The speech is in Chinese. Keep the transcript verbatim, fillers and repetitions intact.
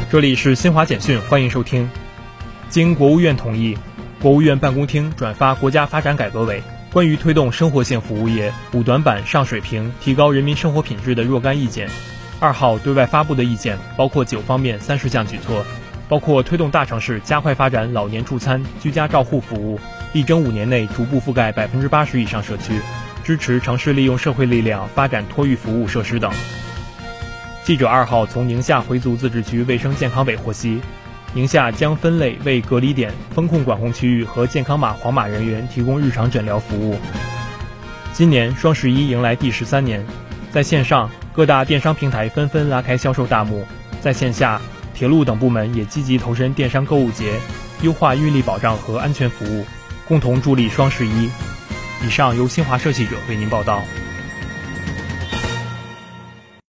这里是新华简讯，欢迎收听。经国务院同意，国务院办公厅转发国家发展改革委关于推动生活性服务业五短板上水平、提高人民生活品质的若干意见。二号对外发布的意见包括九方面三十项举措，包括推动大城市加快发展老年助餐、居家照护服务，力争五年内逐步覆盖百分之八十以上社区，支持城市利用社会力量发展托育服务设施等。记者二号从宁夏回族自治区卫生健康委获悉，宁夏将分类为隔离点、风控管控区域和健康码黄码人员提供日常诊疗服务。今年双十一迎来第十三年，在线上各大电商平台纷纷拉开销售大幕，在线下铁路等部门也积极投身电商购物节，优化运力保障和安全服务，共同助力双十一。以上由新华社记者为您报道。